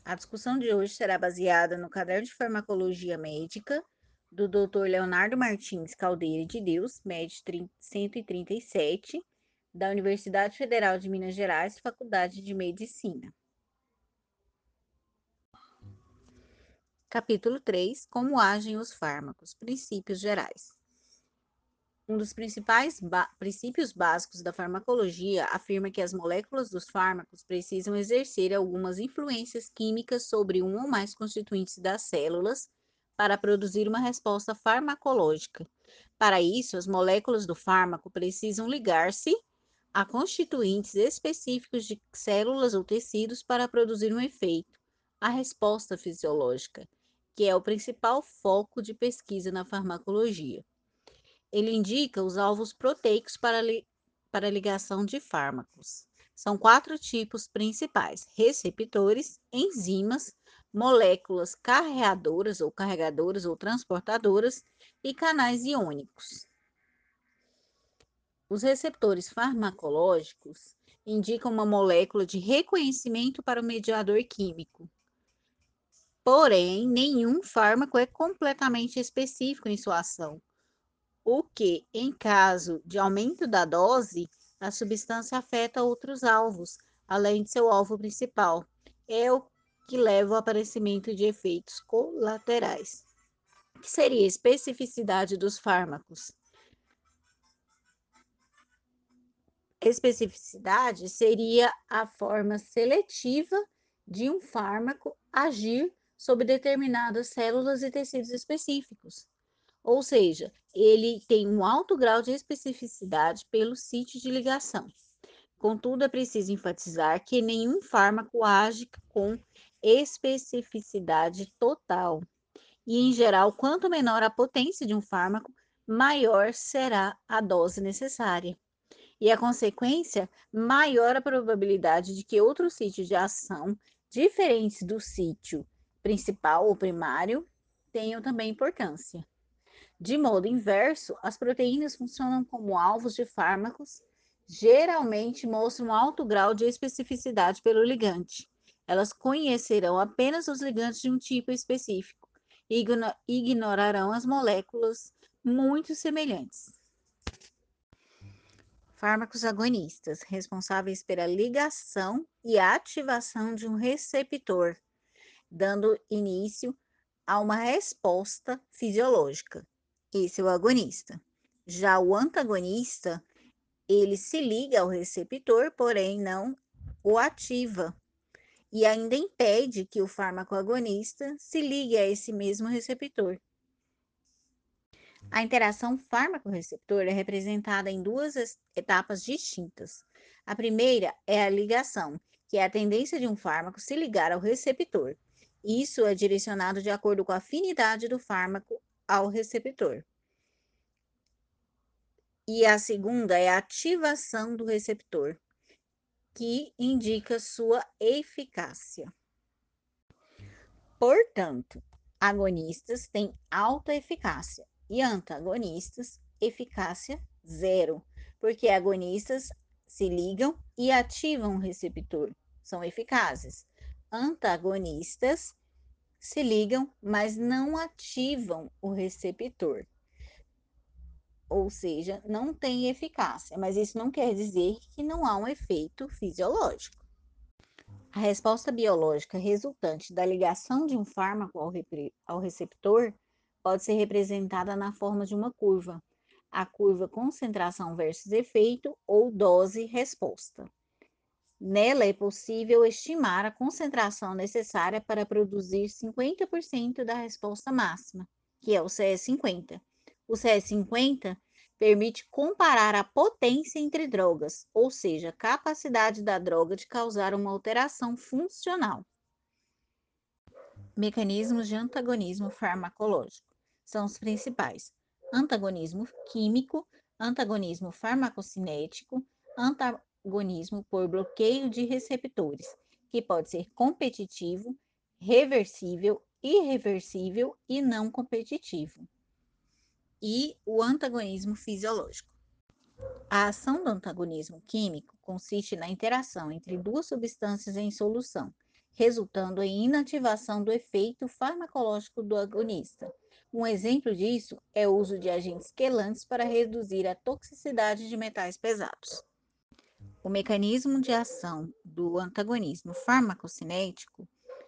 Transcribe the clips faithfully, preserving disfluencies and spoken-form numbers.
A discussão de hoje será baseada no Caderno de Farmacologia Médica do doutor Leonardo Martins Caldeira de Deus, M E D cento e trinta e sete, da Universidade Federal de Minas Gerais, Faculdade de Medicina. Capítulo três: Como agem os fármacos? Princípios gerais. Um dos principais ba- princípios básicos da farmacologia afirma que as moléculas dos fármacos precisam exercer algumas influências químicas sobre um ou mais constituintes das células para produzir uma resposta farmacológica. Para isso, as moléculas do fármaco precisam ligar-se a constituintes específicos de células ou tecidos para produzir um efeito, a resposta fisiológica, que é o principal foco de pesquisa na farmacologia. Ele indica os alvos proteicos para, li para ligação de fármacos. São quatro tipos principais: receptores, enzimas, moléculas carreadoras ou carregadoras ou transportadoras e canais iônicos. Os receptores farmacológicos indicam uma molécula de reconhecimento para o mediador químico. Porém, nenhum fármaco é completamente específico em sua ação, o que, em caso de aumento da dose, a substância afeta outros alvos, além de seu alvo principal. É o que leva ao aparecimento de efeitos colaterais. O que seria a especificidade dos fármacos? Especificidade seria a forma seletiva de um fármaco agir sobre determinadas células e tecidos específicos. Ou seja, ele tem um alto grau de especificidade pelo sítio de ligação. Contudo, é preciso enfatizar que nenhum fármaco age com especificidade total. E, em geral, quanto menor a potência de um fármaco, maior será a dose necessária. E a consequência, maior a probabilidade de que outros sítios de ação, diferentes do sítio principal ou primário, tenham também importância. De modo inverso, as proteínas funcionam como alvos de fármacos, geralmente mostram alto grau de especificidade pelo ligante. Elas conhecerão apenas os ligantes de um tipo específico e ignorarão as moléculas muito semelhantes. Fármacos agonistas, responsáveis pela ligação e ativação de um receptor, dando início a uma resposta fisiológica. Esse é o agonista. Já o antagonista, ele se liga ao receptor, porém não o ativa, e ainda impede que o fármaco agonista se ligue a esse mesmo receptor. A interação fármaco-receptor é representada em duas etapas distintas. A primeira é a ligação, que é a tendência de um fármaco se ligar ao receptor. Isso é direcionado de acordo com a afinidade do fármaco ao receptor. E a segunda é a ativação do receptor, que indica sua eficácia. Portanto, agonistas têm alta eficácia e antagonistas, eficácia zero, porque agonistas se ligam e ativam o receptor, são eficazes. Antagonistas se ligam, mas não ativam o receptor, ou seja, não tem eficácia, mas isso não quer dizer que não há um efeito fisiológico. A resposta biológica resultante da ligação de um fármaco ao, ao receptor pode ser representada na forma de uma curva, a curva concentração versus efeito ou dose-resposta. Nela é possível estimar a concentração necessária para produzir cinquenta por cento da resposta máxima, que é o C E cinquenta. O C E cinquenta permite comparar a potência entre drogas, ou seja, a capacidade da droga de causar uma alteração funcional. Mecanismos de antagonismo farmacológico são os principais: antagonismo químico, antagonismo farmacocinético, antagonismo por bloqueio de receptores, que pode ser competitivo, reversível, irreversível e não competitivo. E o antagonismo fisiológico. A ação do antagonismo químico consiste na interação entre duas substâncias em solução, resultando em inativação do efeito farmacológico do agonista. Um exemplo disso é o uso de agentes quelantes para reduzir a toxicidade de metais pesados. O mecanismo de ação do antagonismo farmacocinético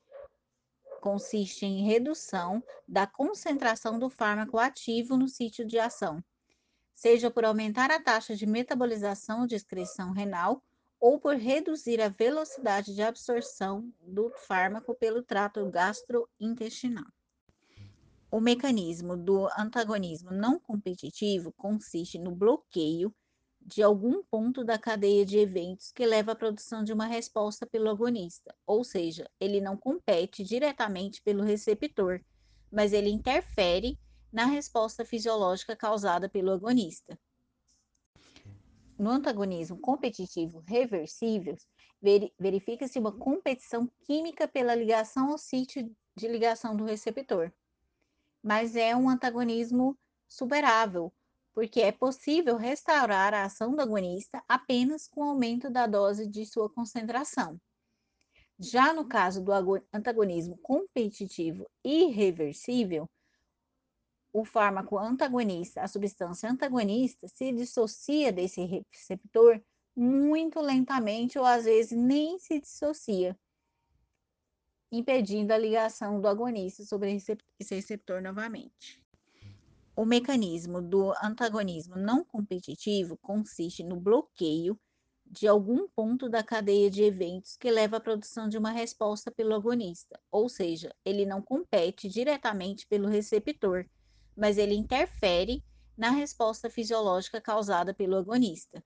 consiste em redução da concentração do fármaco ativo no sítio de ação, seja por aumentar a taxa de metabolização ou de excreção renal ou por reduzir a velocidade de absorção do fármaco pelo trato gastrointestinal. O mecanismo do antagonismo não competitivo consiste no bloqueio de algum ponto da cadeia de eventos que leva à produção de uma resposta pelo agonista, ou seja, ele não compete diretamente pelo receptor, mas ele interfere na resposta fisiológica causada pelo agonista. No antagonismo competitivo reversível, verifica-se uma competição química pela ligação ao sítio de ligação do receptor, mas é um antagonismo superável, porque é possível restaurar a ação do agonista apenas com o aumento da dose de sua concentração. Já no caso do antagonismo competitivo irreversível, o fármaco antagonista, a substância antagonista, se dissocia desse receptor muito lentamente ou às vezes nem se dissocia, impedindo a ligação do agonista sobre esse receptor novamente. O mecanismo do antagonismo não competitivo consiste no bloqueio de algum ponto da cadeia de eventos que leva à produção de uma resposta pelo agonista, ou seja, ele não compete diretamente pelo receptor, mas ele interfere na resposta fisiológica causada pelo agonista.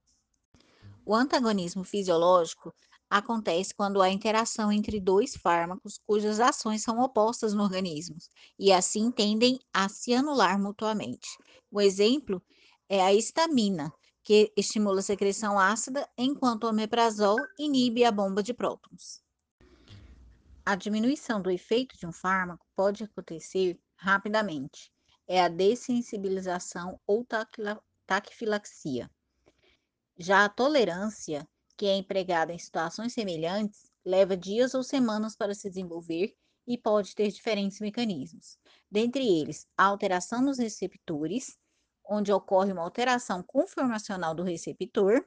O antagonismo fisiológico acontece quando há interação entre dois fármacos cujas ações são opostas no organismo e assim tendem a se anular mutuamente. O exemplo é a histamina, que estimula a secreção ácida, enquanto o omeprazol inibe a bomba de prótons. A diminuição do efeito de um fármaco pode acontecer rapidamente. É a dessensibilização ou taquifilaxia. Já a tolerância, que é empregada em situações semelhantes, leva dias ou semanas para se desenvolver e pode ter diferentes mecanismos. Dentre eles, a alteração nos receptores, onde ocorre uma alteração conformacional do receptor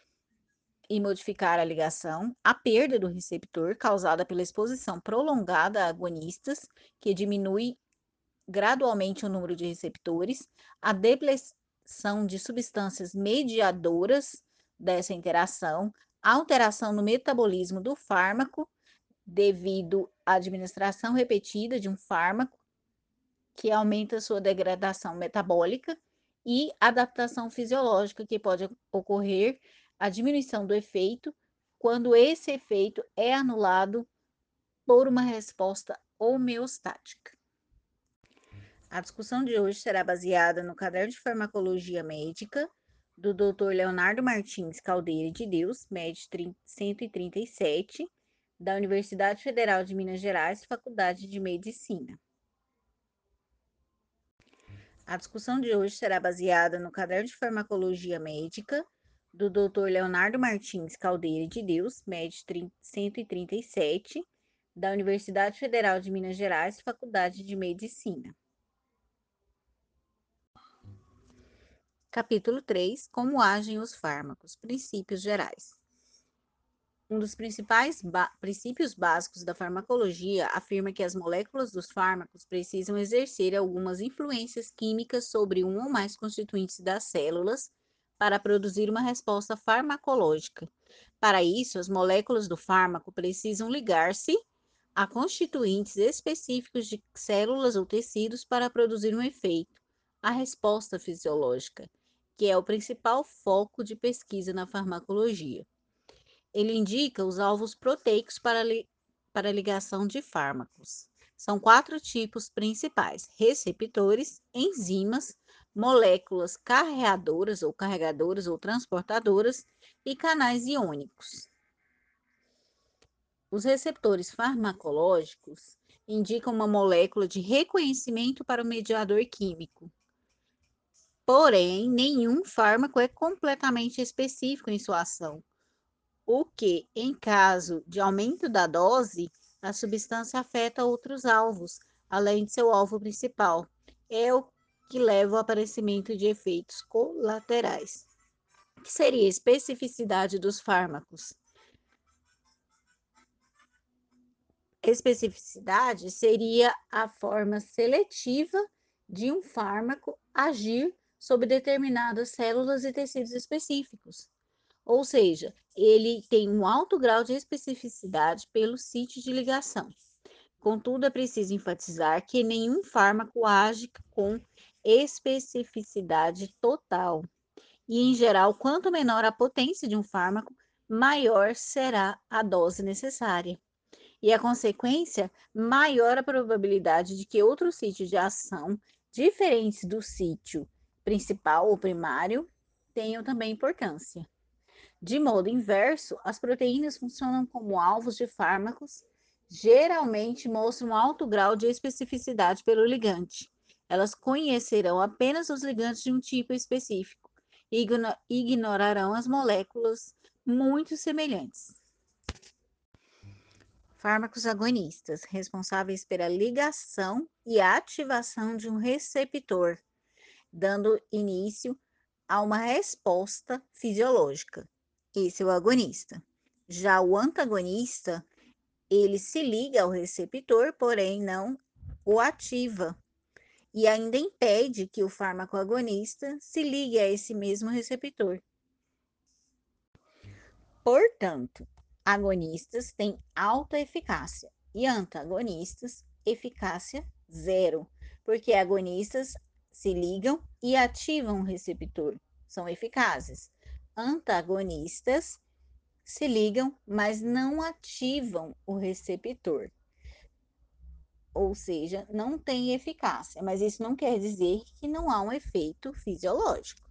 e modificar a ligação, a perda do receptor causada pela exposição prolongada a agonistas, que diminui gradualmente o número de receptores, a depleção de substâncias mediadoras dessa interação, a alteração no metabolismo do fármaco devido à administração repetida de um fármaco que aumenta sua degradação metabólica e adaptação fisiológica que pode ocorrer a diminuição do efeito quando esse efeito é anulado por uma resposta homeostática. A discussão de hoje será baseada no Caderno de Farmacologia Médica do doutor Leonardo Martins Caldeira de Deus, M E D cento e trinta e sete, da Universidade Federal de Minas Gerais, Faculdade de Medicina. A discussão de hoje será baseada no Caderno de Farmacologia Médica do doutor Leonardo Martins Caldeira de Deus, M E D cento e trinta e sete, da Universidade Federal de Minas Gerais, Faculdade de Medicina. Capítulo três. Como agem os fármacos? Princípios gerais. Um dos principais ba- princípios básicos da farmacologia afirma que as moléculas dos fármacos precisam exercer algumas influências químicas sobre um ou mais constituintes das células para produzir uma resposta farmacológica. Para isso, as moléculas do fármaco precisam ligar-se a constituintes específicos de células ou tecidos para produzir um efeito, a resposta fisiológica, que é o principal foco de pesquisa na farmacologia. Ele indica os alvos proteicos para, li para ligação de fármacos. São quatro tipos principais: receptores, enzimas, moléculas carreadoras ou carregadoras ou transportadoras e canais iônicos. Os receptores farmacológicos indicam uma molécula de reconhecimento para o mediador químico. Porém, nenhum fármaco é completamente específico em sua ação. o que, em caso de aumento da dose, a substância afeta outros alvos, além de seu alvo principal. É o que leva ao aparecimento de efeitos colaterais. O que seria a especificidade dos fármacos? Especificidade seria a forma seletiva de um fármaco agir sobre determinadas células e tecidos específicos. Ou seja, ele tem um alto grau de especificidade pelo sítio de ligação. Contudo, é preciso enfatizar que nenhum fármaco age com especificidade total. E, em geral, quanto menor a potência de um fármaco, maior será a dose necessária. E a consequência, maior a probabilidade de que outro sítio de ação, diferentes do sítio principal ou primário, tenham também importância. De modo inverso, as proteínas funcionam como alvos de fármacos, geralmente mostram alto grau de especificidade pelo ligante. Elas conhecerão apenas os ligantes de um tipo específico e ignorarão as moléculas muito semelhantes. Fármacos agonistas, responsáveis pela ligação e ativação de um receptor, dando início a uma resposta fisiológica. Esse é o agonista. Já o antagonista, ele se liga ao receptor, porém não o ativa, e ainda impede que o fármaco agonista se ligue a esse mesmo receptor. Portanto, agonistas têm alta eficácia e antagonistas eficácia zero, porque agonistas se ligam e ativam o receptor, são eficazes. Antagonistas se ligam, mas não ativam o receptor, ou seja, não tem eficácia, mas isso não quer dizer que não há um efeito fisiológico.